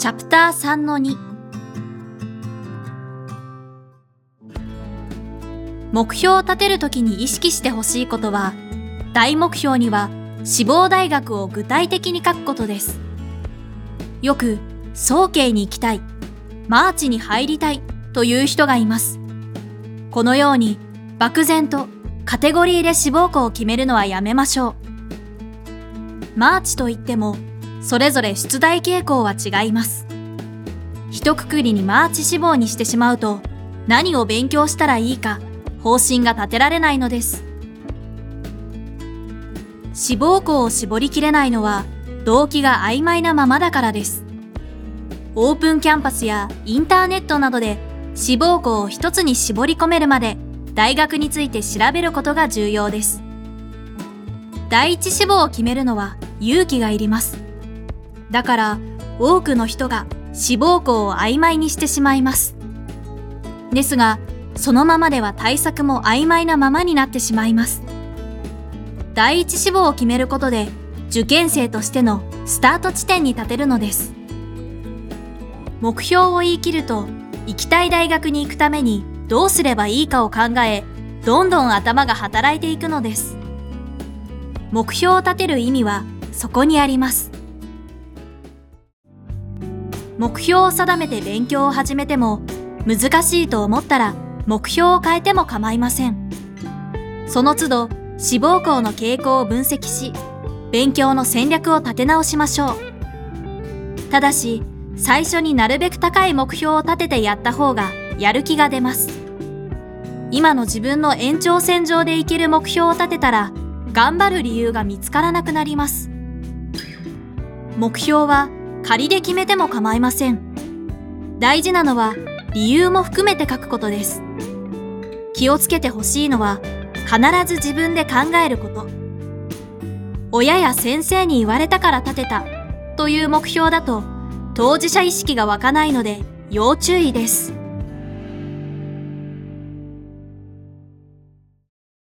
チャプター3-2 目標を立てるときに意識してほしいことは、大目標には志望大学を具体的に書くことです。よく早慶に行きたい、マーチに入りたいという人がいます。このように漠然とカテゴリーで志望校を決めるのはやめましょう。マーチといってもそれぞれ出題傾向は違います。一括りにマーチ志望にしてしまうと、何を勉強したらいいか方針が立てられないのです。志望校を絞りきれないのは動機が曖昧なままだからです。オープンキャンパスやインターネットなどで志望校を一つに絞り込めるまで大学について調べることが重要です。第一志望を決めるのは勇気がいります。だから多くの人が志望校を曖昧にしてしまいます。ですが、そのままでは対策も曖昧なままになってしまいます。第一志望を決めることで受験生としてのスタート地点に立てるのです。目標を言い切ると、行きたい大学に行くためにどうすればいいかを考え、どんどん頭が働いていくのです。目標を立てる意味はそこにあります。目標を定めて勉強を始めても、難しいと思ったら目標を変えても構いません。その都度志望校の傾向を分析し、勉強の戦略を立て直しましょう。ただし、最初になるべく高い目標を立ててやった方がやる気が出ます。今の自分の延長線上でいける目標を立てたら、頑張る理由が見つからなくなります。目標は仮で決めても構いません。大事なのは理由も含めて書くことです。気をつけてほしいのは、必ず自分で考えること。親や先生に言われたから立てたという目標だと、当事者意識が湧かないので要注意です。